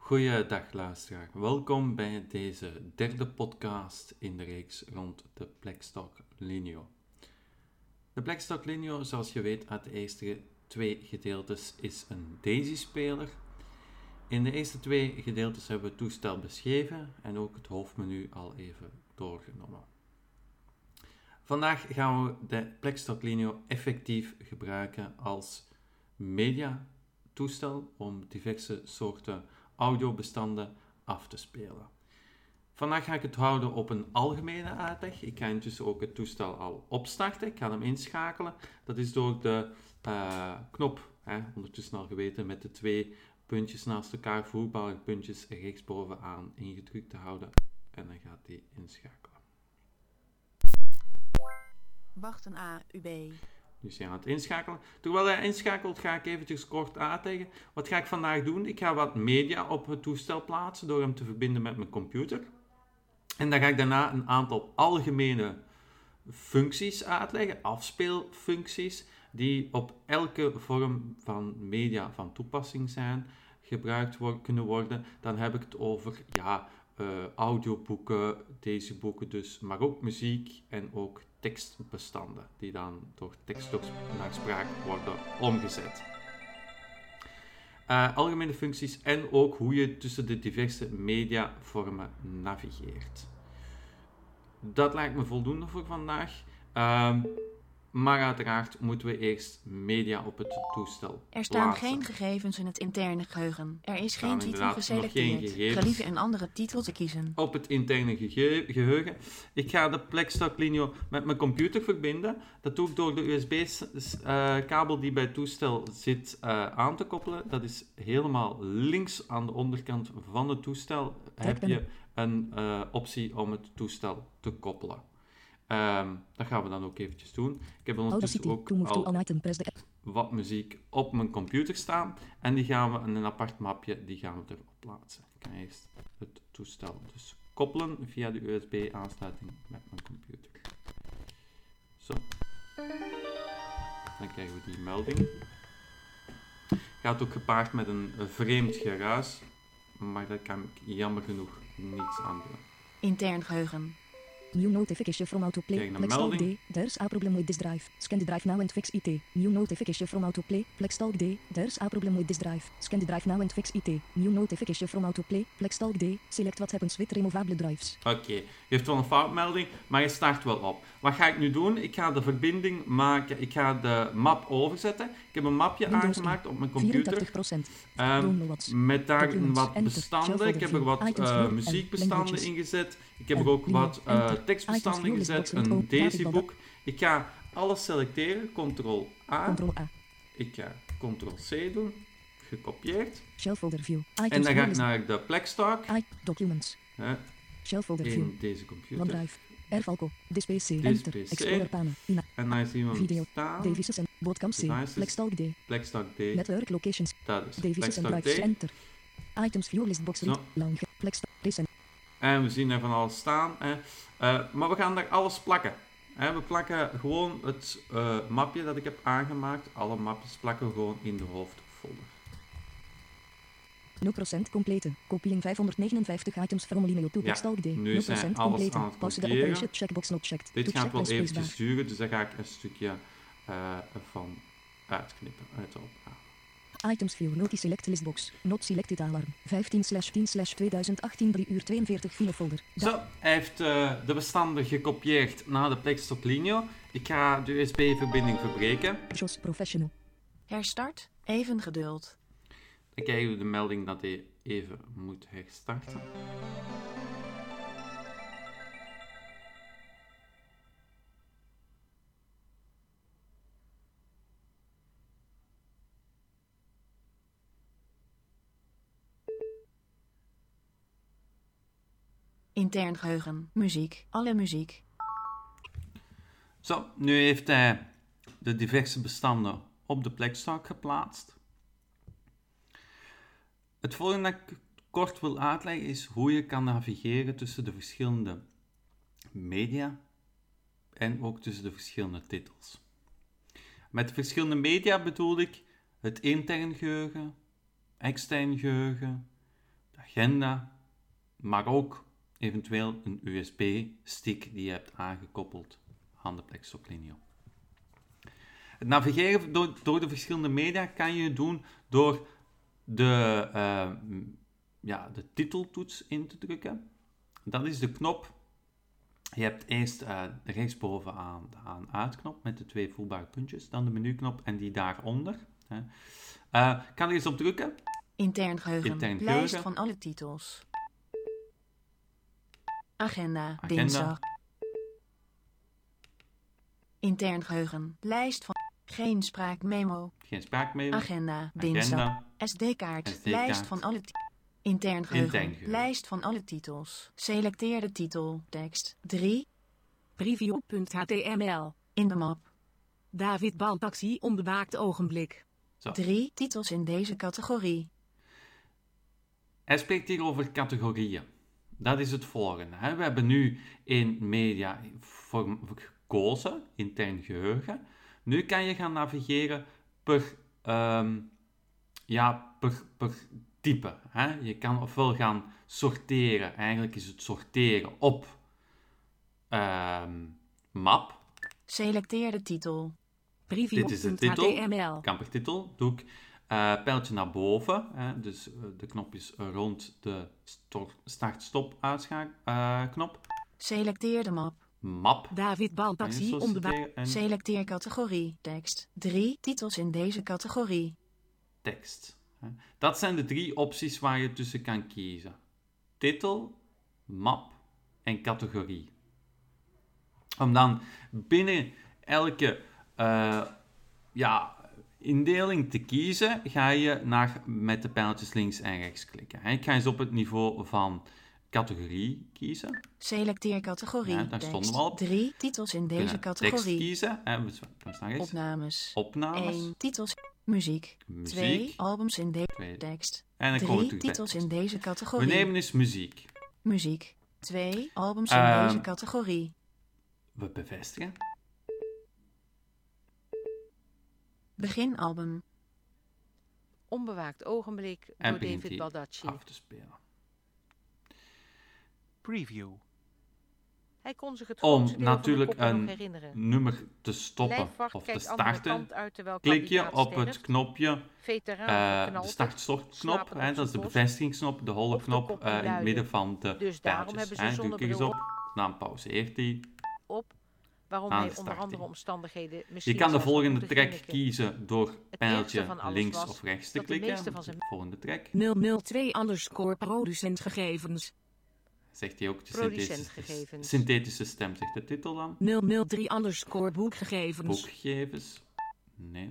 Goeiedag luisteraar, welkom bij deze derde podcast in de reeks rond de Plextalk Linio. De Plextalk Linio, zoals je weet uit de eerste twee gedeeltes, is een DAISY-speler. In de eerste twee gedeeltes hebben we het toestel beschreven en ook het hoofdmenu al even doorgenomen. Vandaag gaan we de Plextalk Linio effectief gebruiken als mediatoestel om diverse soorten audiobestanden af te spelen. Vandaag ga ik het houden op een algemene uitleg. Ik ga intussen ook het toestel al opstarten. Ik ga hem inschakelen. Dat is door de knop, ondertussen al geweten, met de twee puntjes naast elkaar, voerbare puntjes rechtsbovenaan ingedrukt te houden. En dan gaat hij inschakelen. Wachten AUB. Dus je gaat het inschakelen. Terwijl hij inschakelt ga ik eventjes kort uitleggen. Wat ga ik vandaag doen? Ik ga wat media op het toestel plaatsen door hem te verbinden met mijn computer. En dan ga ik daarna een aantal algemene functies uitleggen, afspeelfuncties, die op elke vorm van media van toepassing zijn, gebruikt kunnen worden. Dan heb ik het over audioboeken, deze boeken dus, maar ook muziek en ook tekstbestanden, die dan door tekst naar spraak worden omgezet. Algemene functies en ook hoe je tussen de diverse mediavormen navigeert. Dat lijkt me voldoende voor vandaag. Maar uiteraard moeten we eerst media op het toestel Er staan plaatsen. geen gegevens in het interne geheugen. Er is geen titel inderdaad nog geen geselecteerd. gegevens. Gelieve een andere titel te kiezen. Op het interne geheugen. Ik ga de Plextalk Linio met mijn computer verbinden. Dat doe ik door de USB-kabel die bij het toestel zit aan te koppelen. Dat is helemaal links aan de onderkant van het toestel. Heb je een optie om het toestel te koppelen. Dat gaan we dan ook eventjes doen. Ik heb ondertussen ook al wat muziek op mijn computer staan. En die gaan we in een apart mapje, die gaan we erop plaatsen. Ik ga eerst het toestel dus koppelen via de USB-aansluiting met mijn computer. Zo. Dan krijgen we die melding. Gaat ook gepaard met een vreemd geruis, maar daar kan ik jammer genoeg niets aan doen. Intern geheugen. New notification from autoplay. Krijg een Plextalk melding. D. There's a problem with this drive. Scan the drive now and fix it. New notification from autoplay. Plextalk D. There's a problem with this drive. Scan the drive now and fix it. New notification from autoplay. Plextalk D. Select what happens with removable drives. Oké, je heeft wel een foutmelding, maar je start wel op. Wat ga ik nu doen? Ik ga de verbinding maken. Ik ga de map overzetten. Ik heb een mapje Windows aangemaakt op mijn computer. 84%. Met daarin Documents, wat enter, bestanden. Ik heb er wat items, view, muziekbestanden languages. ingezet. Ik heb er ook wat enter, tekstbestanden items, ingezet. view, Een list, DAISY-boek. Ik ga alles selecteren. Ctrl-A. Ctrl A. Ik ga Ctrl-C doen. Gekopieerd. Shelf folder view. En Items dan view ga ik list. naar de Plextalk. Documents. Shelf folder view. In deze computer. OneDrive. Airfalco. This PC. This Enter. PC. Explorer panel. Ina. En dan zien we hem Video. staan. Devices en Bootcamp C. Devices. Plextalk D. Plextalk D. Network locations. Dat is Devices en Plextalk drives. D. Enter. Items view list box. Zo. Lounge. Plextalk. Listen. En we zien er van alles staan. Maar we gaan daar alles plakken. We plakken gewoon het mapje dat ik heb aangemaakt. Alle mapjes plakken we gewoon in de hoofdfolder. 0% complete. Copying 559 items from Linio to Ja, Plextalk D. nu 0% zijn alles complete. aan het Pauze de kopiëren. operation. Checkbox not checked. Dit To gaat check wel by spacebar. eventjes duren, dus daar ga ik een stukje van uitknippen uit de opname. Items view multi-select listbox. Not selected alarm. 15/10/2018 3 uur 42 filefolder. Zo, hij heeft de bestanden gekopieerd naar de Plextalk Linio. Ik ga de USB-verbinding verbreken. JOS Professional. Herstart. Even geduld. Dan krijgen we de melding dat hij even moet herstarten. Intern geheugen. Muziek. Alle muziek. Zo, nu heeft hij de diverse bestanden op de Plextalk geplaatst. Het volgende dat ik kort wil uitleggen is hoe je kan navigeren tussen de verschillende media en ook tussen de verschillende titels. Met verschillende media bedoel ik het intern geheugen, extern geheugen, de agenda, maar ook eventueel een USB-stick die je hebt aangekoppeld aan de Plexstock Linio. Het navigeren door de verschillende media kan je doen door de titeltoets in te drukken. Dat is de knop. Je hebt eerst rechtsbovenaan de aan-uitknop met de 2 voelbare puntjes, dan de menuknop en die daaronder. Kan er eens op drukken. Intern geheugen. Intern Lijst geheugen. van alle titels. Agenda. Agenda. Dinsdag. Intern geheugen. Lijst van... Geen spraakmemo. Geen spraakmemo. Agenda. Dinsdag. Agenda. SD-kaart. SD-kaart. Lijst van alle intern geheugen. Intern geheugen. Lijst van alle titels. Selecteer de titel. Tekst. 3. Preview.html. In de map. David Baltaxi onbewaakt ogenblik. Zo. 3 titels in deze categorie. Hij spreekt hier over categorieën. Dat is het volgende. We hebben nu in media voor gekozen, intern geheugen. Nu kan je gaan navigeren per type. Je kan ofwel gaan sorteren. Eigenlijk is het sorteren op map. Selecteer de titel. Dit is de titel. Preview.html. Kampertitel. Doe ik pijltje naar boven. Dus de knopjes rond de start-stop knop. Selecteer de map. Map. David Baltaxi onbewaakt. En Selecteer categorie. Tekst. 3 titels in deze categorie. tekst. Dat zijn de 3 opties waar je tussen kan kiezen. Titel, map en categorie. Om dan binnen elke indeling te kiezen, ga je met de pijltjes links en rechts klikken. Ik ga eens op het niveau van categorie kiezen. Selecteer categorie. Ja, daar tekst. stonden we op. 3 titels in deze Tekst categorie. kiezen. We staan eens. Opnames. Opnames. 1 titels. Muziek. Muziek. 2 albums in deze 2. tekst. En dan komen we 3 terug bij titels tekst. in deze We categorie. nemen eens muziek. Muziek. 2 albums in deze categorie. We bevestigen. Begin album. Onbewaakt ogenblik En door begint David hij Baldacci. af te spelen. Preview. Hij kon zich het Om grootste deel natuurlijk van de koppen een nog herinneren. nummer te stoppen Lijfwacht of te kijkt andere starten, kant uit terwijl klik je kandidaat op het sterft. knopje, Veteraan de verknalt start-stop-knop, slapend op dat is de zijn post. bevestigingsknop, de holle Of de knop kop die in het luidde. midden van de Dus daarom pijltjes. hebben ze Druk er eens zonnebril op, dan pauzeert hij. op, waarom Aan hij de onder start andere in. omstandigheden Je misschien kan de zelfs wel volgende moeten track grinniken. kiezen door ergste pijltje van alles links was of rechts te dat de klikken. meeste van zijn- De volgende track. 002_producentgegevens. Zegt hij ook de Producentgegevens. synthetische stem, zegt de titel dan. 003_boekgegevens. Boekgegevens. Nee,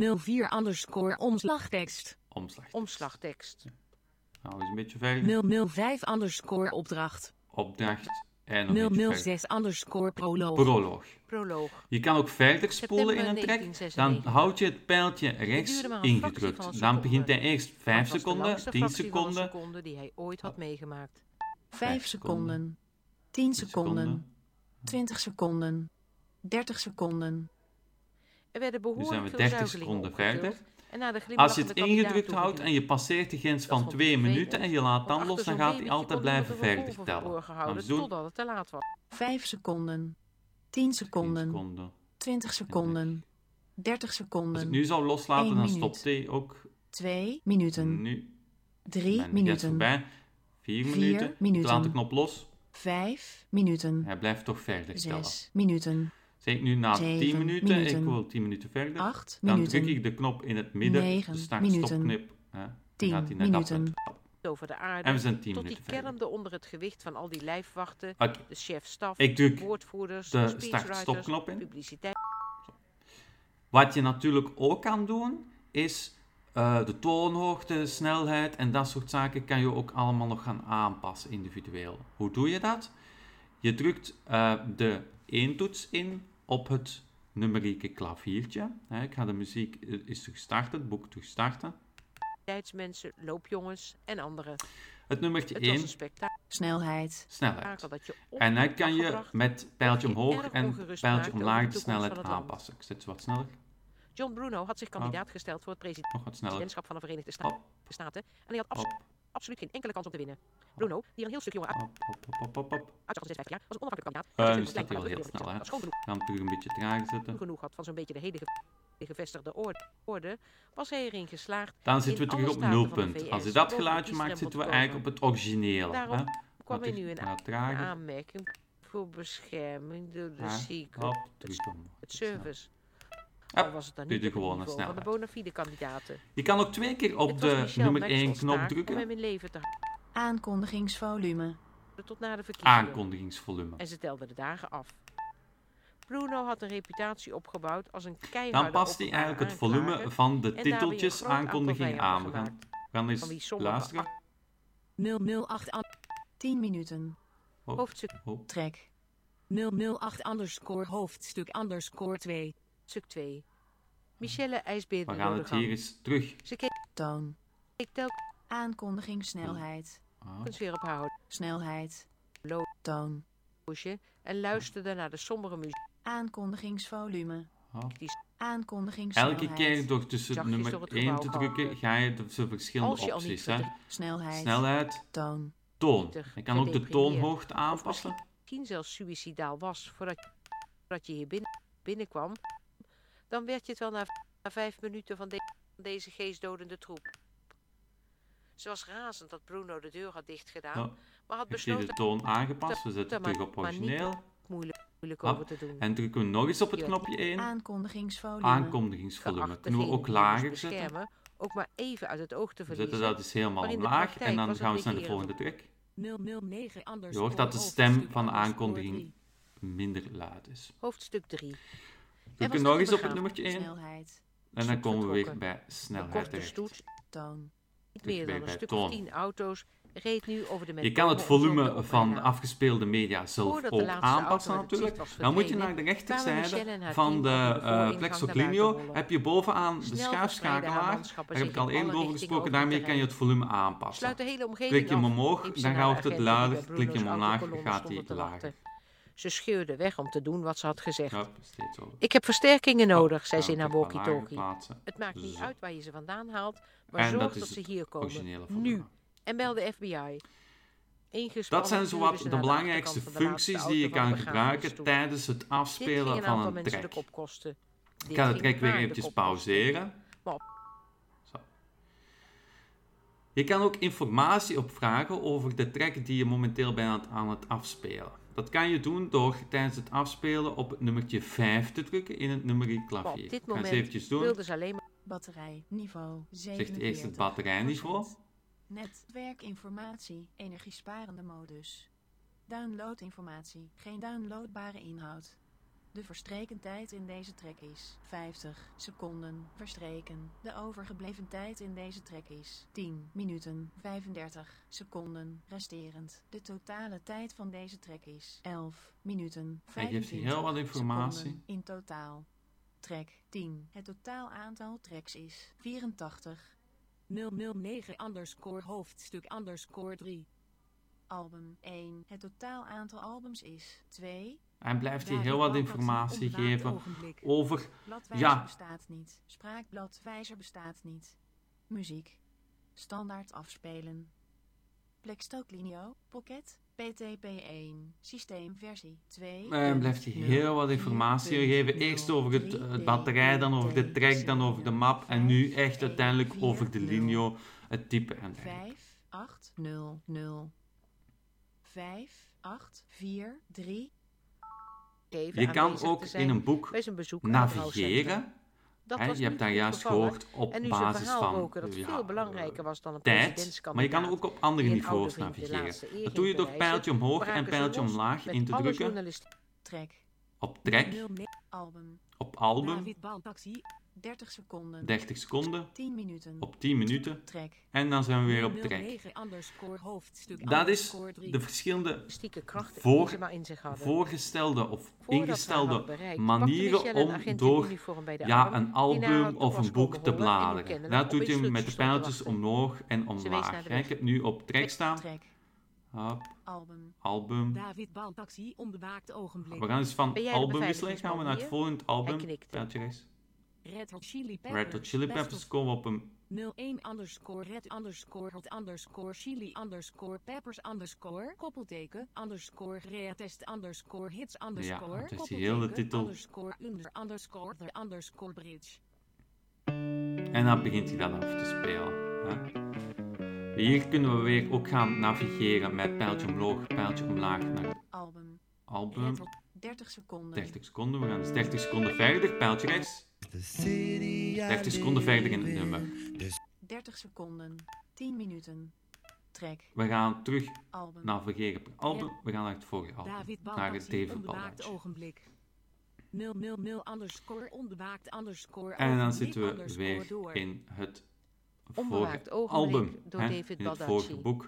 004_omslagtekst. omslag. Omslagtekst. Nou, eens een beetje verder. 005_opdracht. Opdracht en een beetje verder. 006_proloog. Proloog. Proloog. Je kan ook verder spoelen in September een track. 1996. Dan houd je het pijltje rechts duurde maar een fractie van ingedrukt. een Dan seconde. begint hij eerst 5 Dat was de seconden, langste 10 fractie van een seconden. seconde die hij ooit had meegemaakt. 5 seconden. 10 seconden. 20 seconden. 30 seconden. Er werden Nu behoorlijk zijn we veel 30 zuigelingen seconden opgetild verder. en naar de Als je glimlachende het kandidaat ingedrukt houdt toegingen. en je passeert de grens Dat van vond 2 hij minuten vervelend, en je laat want dan achter los, dan zo'n gaat hij babytje altijd kon iemand blijven een verder revolver tellen. verborgen Gaan houden we doen. totdat het te laat was. 5 seconden. 10 10 seconden. seconden. 20 seconden. 30 Als ik seconden. nu zou loslaten, 1 dan minuut. stopt hij ook 2 minuten. nu. 3 Mijn grens minuten. voorbij. 4 4 minuten. Ik minuten. laat de knop los. 5 minuten. Hij blijft toch verder tellen. 6 minuten. Zeg ik nu na 10 7 minuten, minuten. ik wil 10 minuten verder. 8 Dan minuten. druk ik de knop in het midden, 9 de start-stop-knop. minuten. Dan 10 gaat hij naar minuten. dat punt. Over de aarde, En we zijn 10 tot die minuten verder. kermde onder het gewicht van al die lijfwachten, Oké, de chef-staf, ik druk woordvoerders, de speechwriters, start-stop-knop in. publiciteit. Wat je natuurlijk ook kan doen, is de toonhoogte, de snelheid en dat soort zaken kan je ook allemaal nog gaan aanpassen individueel. Hoe doe je dat? Je drukt de 1-toets in op het numerieke klaviertje. Ik ga de muziek is terug starten, het boek terug starten. Tijdsmensen, loopjongens en anderen. Het nummertje Het was 1, een spektakel Snelheid. snelheid. dat je of En dan werd kan je afgebracht, met pijltje of je omhoog erg en ongerust pijltje maakte omlaag over de de toekomst snelheid van het land. aanpassen. Ik zet ze wat sneller, John Bruno had zich kandidaat gesteld voor het nog wat sneller. presidentschap van de Verenigde Staten. Op, En hij had op. absoluut geen enkele kans om te winnen. Bruno, die een heel stuk jonger Hop. uitzag dan 6, 5 jaar, was een onafhankelijke kandidaat. Nu staat hij al heel snel, hè. Dat schoon Gaan we terug een beetje trager zetten. genoeg had van zo'n beetje de hele gevestigde orde, was hij erin geslaagd. Dan zitten we in terug alle op staten van de nulpunt. VS Als hij dat boven geluidje die maakt, strempel zitten we te eigenlijk op het origineel. Daarom Hè? kwam hij Wat nu in trager. aanmerking voor bescherming door de Ja, zieke, hop, terug om. het service. Hop, Al was het dan doe niet de op het gewone niveau van de snelheid. bona fide kandidaten. Je kan ook 2 keer op Het was de Michel nummer Maxwell's 1 knop taak om drukken. hem in leven te Aankondigingsvolume. houden tot na de verkiezingen. Aankondigingsvolume. En ze telden de dagen af. Bruno had een reputatie opgebouwd als een keiharde Dan past hij openbare eigenlijk het volume aanklager van de daarbij een titeltjes groot aantal aankondiging vijanden aan. We gaan van wie eens sommige luisteren. 008 10 minuten. hoofdstuk Trek. 008 underscore hoofdstuk underscore 2. stuk 2. Michelle ijsbeerde We door gaan de het hier gang. eens terug. Ze keek Toon. telkens Aankondigingssnelheid. weer op haar Snelheid. Toon. horloge en luisterde naar de sombere muziek. Aankondigingsvolume. Hop. Aankondigingssnelheid. Elke keer door tussen Zachtjes nummer door het 1 te gebouw drukken, gaan. ga je de verschillende Als je al niet opties. Hè? Snelheid. Snelheid, Toon. toon. verdrietig, Je kan ook de gedeprimeerd. toonhoogte aanpassen. Misschien zelfs suïcidaal was voordat je hier binnenkwam, dan werd je het wel na 5 minuten van deze geestdodende troep. Ze was razend dat Bruno de deur had dichtgedaan, Ja. maar had Heb je de besloten toon aangepast? We zetten maar- terug op maar niet origineel. moeilijk Ah, over te doen. En drukken we nog eens op het Ja. knopje 1. Aankondigingsvolume. Aankondigingsvolume. Geacht Kunnen we degene ook die je moest lager zetten? beschermen, ook maar even uit het oog te We verliezen. zetten dat eens helemaal maar in de omlaag praktijk en dan was het gaan we eens naar de regeren volgende track. 009 underscore Je hoort dat de stem van de aankondiging minder luid is. Hoofdstuk 3. Drukken nog eens op het nummertje 1 Snelheid. en dan komen we weer vertrokken. bij De snelheid korte terecht. stoet, Toon. niet meer weer dan een bij stuk toon. of 10 auto's, reed nu over de met Je kan het bomen omzoomde volume van oprijlaan. afgespeelde media zelf Voordat de ook laatste aanpassen auto uit het natuurlijk. zicht was Dan moet je verdwenen, naar de kwamen Michelle en rechterzijde haar van team de op de vooringang Plexo naar buiten Clinio. rollen. Heb je bovenaan de Snel verspreidde haar schuifschakelaar. manschappen Daar heb ik zich al in eerder alle over richtingen gesproken. over het Daarmee kan je terrein. het volume aanpassen. Sluit de hele omgeving Klik je hem af, omhoog, riep ze dan naar gaat de het agenten die luider. bij Klik je hem Bruno's omlaag, autocolonne gaat hij stonden te lager. wachten. Ze scheurde weg om te doen wat ze had gezegd. Ja, steeds over. Ik heb versterkingen nodig, zei Gaan ze in we haar terug naar lager walkie-talkie. plaatsen. Het maakt niet Zo. uit waar je ze vandaan haalt, maar En zorg dat dat is ze het hier komen. originele volume. Nu. En bel de FBI. Dat zijn zowat de belangrijkste functies die je kan gebruiken tijdens het afspelen van een track. Ik ga de track weer eventjes pauzeren. Maar Zo. Je kan ook informatie opvragen over de track die je momenteel bent aan het afspelen. Dat kan je doen door tijdens het afspelen op het nummertje 5 te drukken in het nummerieklavier. op dit Ik ga eens moment eventjes doen. wilden ze alleen maar Batterij. Niveau. 47%. Zegt eerst het batterijniveau. Netwerkinformatie. Energiesparende modus. Downloadinformatie. Geen downloadbare inhoud. De verstreken tijd in deze track is 50 seconden verstreken. De overgebleven tijd in deze track is 10 minuten 35 seconden resterend. De totale tijd van deze track is 11 minuten Hij geeft 25 heel wat informatie. seconden in totaal. Track 10. Het totaal aantal tracks is 84. 009 underscore hoofdstuk underscore 3. Album 1. Het totaal aantal albums is 2. En blijft hij David heel wat Baltaxi, informatie onbewaakt geven ogenblik. over... Bladwijzer Ja. bestaat niet. Spraakbladwijzer bestaat niet. Muziek. Standaard afspelen. Plextoclinio, Pocket, PTP1, systeemversie 2. En blijft hij heel wat informatie geven. Eerst over het batterij, dan over de track, dan over de map. En nu echt uiteindelijk over de linio, het type en dergelijke. 5800 5843. Je kan ook in een boek bij zijn bezoek aan het rouwcentrum. navigeren. Dat Hè, was je hebt niet daar goed juist bevallen. gehoord op En nu zijn basis verhaal van roken dat veel belangrijker was dan een tijd. presidentskandidaat. Maar je kan ook op andere die een niveaus oude vriend de navigeren. laatste eer Dat doe je ging door bewijzen, pijltje omhoog en braken ze pijltje los omlaag met in te alle drukken. journalisten. Track. Op track, 009 Album. op album, David Baltaxi 30 seconden. 30 seconden, 10 minuten. op 10 minuten. Track. En dan zijn we weer op track. 009 underscore hoofdstuk Dat is underscore 3. de verschillende Stieke krachten Voor- die ze maar in zich hadden. voorgestelde of Voordat ze haar ingestelde had bereikt, manieren pakte Michelle een om agent in door uniform bij de ja, arm, een die naar album haar of was een boek komen te rollen en die bladeren. kennelijk Dat op doet je met de instructies stond te pijltjes wachten. omhoog en Ze wees omlaag. naar de Ja, ik weg. heb nu op track staan. Track. Hop, Album. album. David Baltaxi onbewaakt ogenblik. We gaan dus van Ben jij de album wisselen. Gaan we naar het beveiligingsman volgende album. Hij knikte. Pijltje rechts. Red Hot Chili Peppers. Red Hot Chili Best Peppers of komen we op een 01 underscore red underscore hot underscore chili underscore peppers underscore koppelteken underscore reatest underscore hits underscore het is die hele titel. underscore underscore the underscore bridge. En dan begint hij dat af te spelen. Hè? Hier kunnen we weer ook gaan navigeren met pijltje omhoog, pijltje omlaag naar het Album. album. 30 seconden. 30 seconden, we gaan dus 30 seconden verder, pijltje rechts. 30 seconden verder in het nummer. 30 seconden. 10 minuten. Track. We gaan terug Album. navigeren per album. We gaan naar het vorige album. David Naar het Baltaxi, David onbewaakt Baltaxi. ogenblik. 000 underscore onbewaakt underscore En dan ogenblik zitten we underscore weer door. in het Onbewaakt vorige ogenblik album. door hè, David in het Baldacci. vorige boek.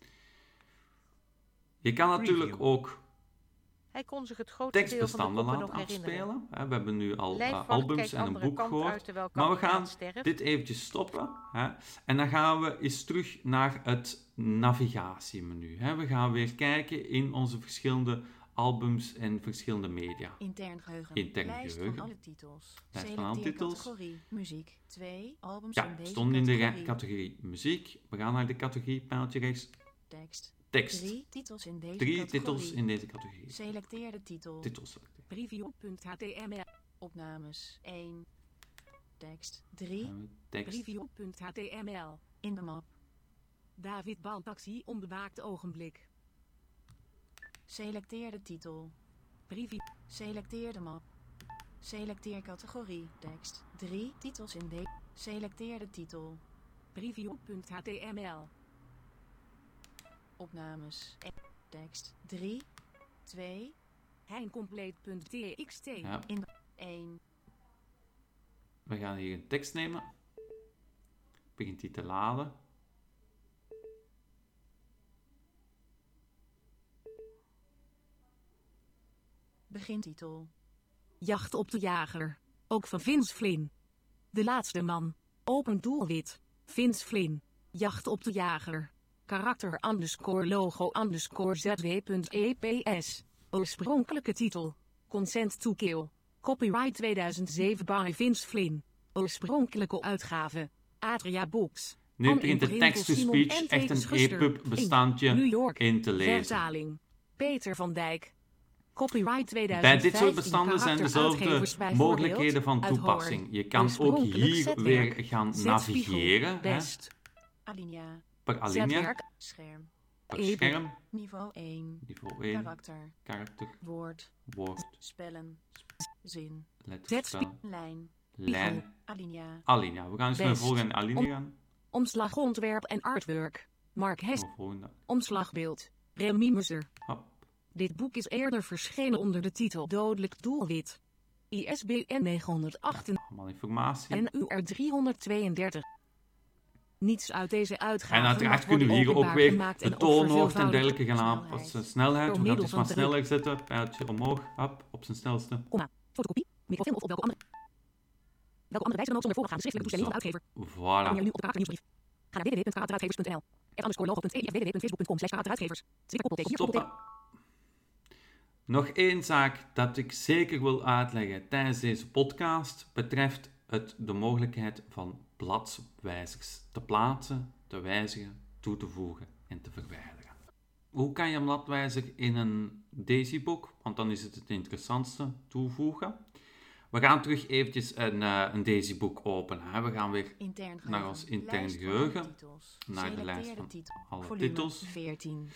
Je kan natuurlijk ook Hij kon zich het grootste deel van de tekstbestanden koppen laten nog herinneren. afspelen. Hè, we hebben nu al Lijfwacht albums kijkt en een andere boek kant gehoord. uit terwijl Maar we kandidaat gaan sterft. dit eventjes stoppen. Hè, en dan gaan we eens terug naar het navigatiemenu. Hè. We gaan weer kijken in onze verschillende albums en verschillende media. Intern geheugen. Intern Lijst geheugen. van alle titels. Lijst van alle Selecteer titels. categorie. Muziek. 2 albums Ja, in deze stond in de categorie. categorie muziek. We gaan naar de categorie pijltje rechts. Tekst. Tekst. 3 titels in deze 3 categorie. titels in deze categorie. Selecteer de titel. Titels. Preview.html. Opnames. 1. Tekst. 3. Tekst. Preview.html. In de map. David Baltaxi onbewaakt ogenblik. Selecteer de titel. Preview. Selecteer de map. Selecteer categorie. Tekst. 3 titels in deze. Selecteer de titel. Preview.html. Opnames. Tekst. 3. 2. Heincompleet.txt. Ja, 1. we gaan hier een tekst nemen. Begint die te laden. Begintitel. Jacht op de jager. Ook van Vince Flynn. De laatste man. Open doelwit. Vince Flynn. Jacht op de jager. Karakter underscore logo underscore zw.eps. Oorspronkelijke titel. Consent to Kill. Copyright 2007 by Vince Flynn. Oorspronkelijke uitgave. Adria Books. Nu An begint de Imprinkel text-to-speech Simon echt N. een Schuster, EPUB bestandje New York. in te lezen. Vertaling. Peter van Dijk. Copyright 2015. Bij dit soort bestanden zijn karakteraangevers dezelfde bijvoorbeeld mogelijkheden van uit toepassing. Hoorn. Je kan ook Oorspronkelijk hier zetwerk. weer gaan Zetspiegel. navigeren. Hè, Best. Alinea. per alinea, Zetwerk. Scherm. per E-book. scherm, Niveau 1. niveau 1, Karakter. karakter, Woord. woord, Spellen. Zin. letterspel, Lijn. lijn, Alinea. alinea. We gaan eens naar de Best. volgende alinea gaan. Omslagontwerp en artwork. Mark Hess. De volgende. Omslagbeeld. Remy Musser. Hop. Dit boek is eerder verschenen onder de titel Dodelijk Doelwit. ISBN 908 Allemaal informatie. en UR 332. Niets uit deze uitgave En uiteraard mag kunnen we worden hier ook openbaar weer gemaakt de en toonhoogte en opverveelvoudigd. dergelijke gaan Snelheid. aanpassen. Snelheid, Door we gaan middel het eens wat van sneller zetten. Pijltje omhoog, hop, op zijn snelste. Fotocopie, microfilm of op welke andere wijze dan ook zonder voorafgaande schriftelijke toestemming van de uitgever. Abonneer Voilà. nu op de karakternieuwsbrief. Ga naar www.karakteruitgevers.nl. @logo.facebook.com/karakteruitgevers. Stoppen. Nog één zaak dat ik zeker wil uitleggen tijdens deze podcast betreft de mogelijkheid van bladwijzers te plaatsen, te wijzigen, toe te voegen en te verwijderen. Hoe kan je een bladwijzer in een Daisy-boek, want dan is het interessantste, toevoegen? We gaan terug eventjes een Daisy-boek openen. Hè. We gaan weer Intern geheugen. naar ons intern Lijst van geheugen, alle titels. naar de Selecteer lijst de van titel. alle Volume titels. 14.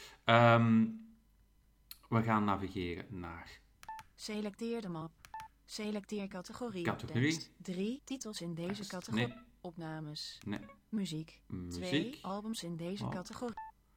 We gaan navigeren naar Selecteer de map. Selecteer categorie. Categorie. Tekst. 3 titels in deze Tekst. categorie. Nee. Opnames. nee, Muziek. 2 muziek. albums in deze Oh. categorie.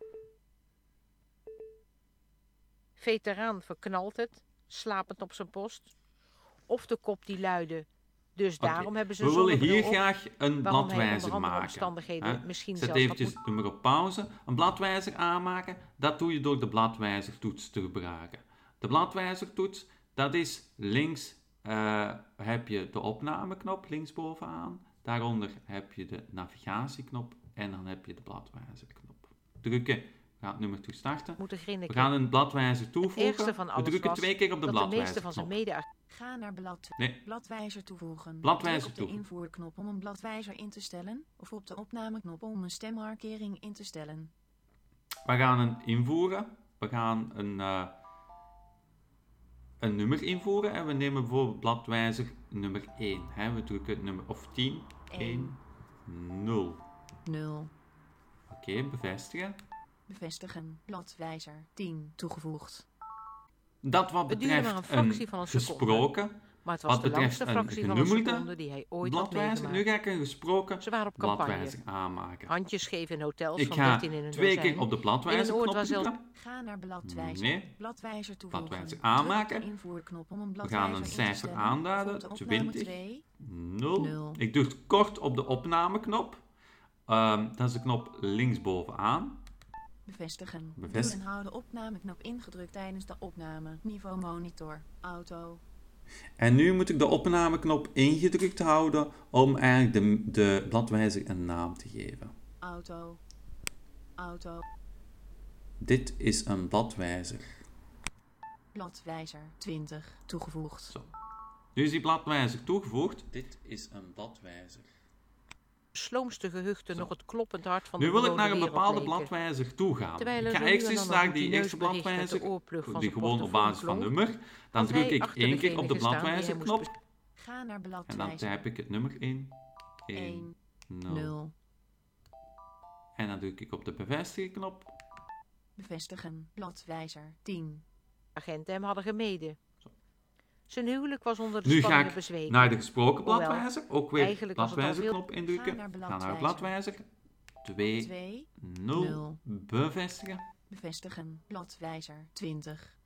Veteraan verknalt het, slapend op zijn post. Of de kop die luidde. Dus Oké. daarom hebben ze We willen zonnebril hier op, graag een waarom hij bladwijzer onder andere maken. omstandigheden hè. misschien Zet zelfs had eventjes het nummer op pauze. Een bladwijzer aanmaken, dat doe je door de bladwijzertoets te gebruiken. De bladwijzertoets, dat is links heb je de opnameknop, linksbovenaan. Daaronder heb je de navigatieknop en dan heb je de bladwijzerknop. Drukken, we gaan het nummer toe starten. moeten We grinniken. gaan een bladwijzer Het ergste toevoegen. van We alles drukken was 2 keer op de dat de meeste van zijn bladwijzerknop. Ga naar blad Nee, bladwijzer toevoegen. Bladwijzer Druk op de toevoegen. invoerknop om een bladwijzer in te stellen, of op de opnameknop om een stemmarkering in te stellen. we gaan een invoeren. We gaan een nummer invoeren en we nemen bijvoorbeeld bladwijzer nummer 1. Hè. We drukken het nummer of 10, 1, 0. 0. Oké, bevestigen. Bevestigen. Bladwijzer 10 toegevoegd. Dat wat Het duurde maar betreft een fractie van een seconde. gesproken, Maar het was wat de betreft langste een fractie van een genummerde seconde die hij ooit had bladwijzer. Nu meegemaakt. ga ik een gesproken Ze waren op campagne. bladwijzer aanmaken. Handjes geven in hotels Ik van ga 13 in een 2 dozijn. keer op de In bladwijzer een oord knop waar zelfs- drukken. Ga naar bladwijzer. Nee. Bladwijzer toevoegen. Bladwijzer Druk op aanmaken. de invoerknop om een We bladwijzer gaan een in te cijfer stellen, aanduiden. of op de opname 20, 2. 0. 0. Ik druk kort op de opnameknop. Dat is de knop linksbovenaan. Bevestigen. Bevestigen. Duw en hou de opnameknop ingedrukt tijdens de opname. Niveau monitor. Auto. En nu moet ik de opnameknop ingedrukt houden om eigenlijk de bladwijzer een naam te geven. Auto. Auto. Dit is een bladwijzer. Bladwijzer 20 toegevoegd. Zo. Nu is die bladwijzer toegevoegd. Dit is een bladwijzer. sloomste gehuchten Zo. nog het kloppend hart van Nu de wil ik bewoonde naar een wereld bepaalde leken. bladwijzer toe gaan. Terwijl Ik er ga zo eerst nu en eens dan naar een die routineus eerste bericht uit de bladwijzer, oorplug van die zijn gewoon op portofoon basis van klonk, nummer. Dan had druk hij ik achter 1 de keer op de verenigde staan die hij moest bladwijzerknop. Ga naar En dan bladwijzer. typ ik het nummer in. 1, 1, 0. 0. En dan druk ik op de bevestigingsknop. Bevestigen. Bladwijzer 10. agenten hem hadden gemeden. Zijn huwelijk was onder de Nu ga spanningen ik bezweken. naar de gesproken Hoewel, bladwijzer. Ook weer eigenlijk was het al bladwijzerknop Ga indrukken. naar Ga naar bladwijzer. bladwijzer. 2, 2. 0. 0. Bevestigen. Bevestigen. Bladwijzer 20.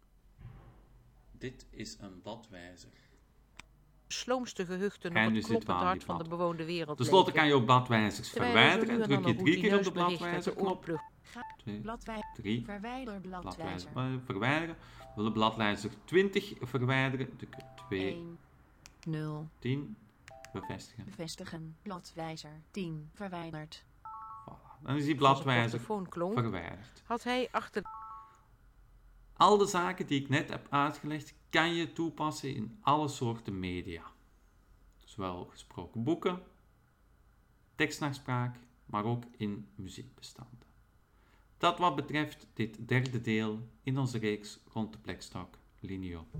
Dit is een bladwijzer. sloomste gehuchten En nog nu het zitten we kloppend aan hart die van de blad. bewoonde wereld Ten slotte leken. kan je ook bladwijzers Terwijl er zo nu verwijderen. en Druk dan je een 3 keer op de routineus bericht uit de bladwijzerknop. oorplug 2, Bladwijzer. 3. Verwijder bladwijzer. Bladwijzer verwijderen. We willen bladwijzer 20 verwijderen. Druk 2, 1. 0. 10. Bevestigen. Bevestigen. Bladwijzer 10. Verwijderd. Voilà. Dan is die Als een bladwijzer portofoon klonk, verwijderd. had hij achter Al de zaken die ik net heb uitgelegd, kan je toepassen in alle soorten media. Zowel gesproken boeken, tekstnaspraak, maar ook in muziekbestanden. Dat wat betreft dit derde deel in onze reeks rond de Blackstock Linio.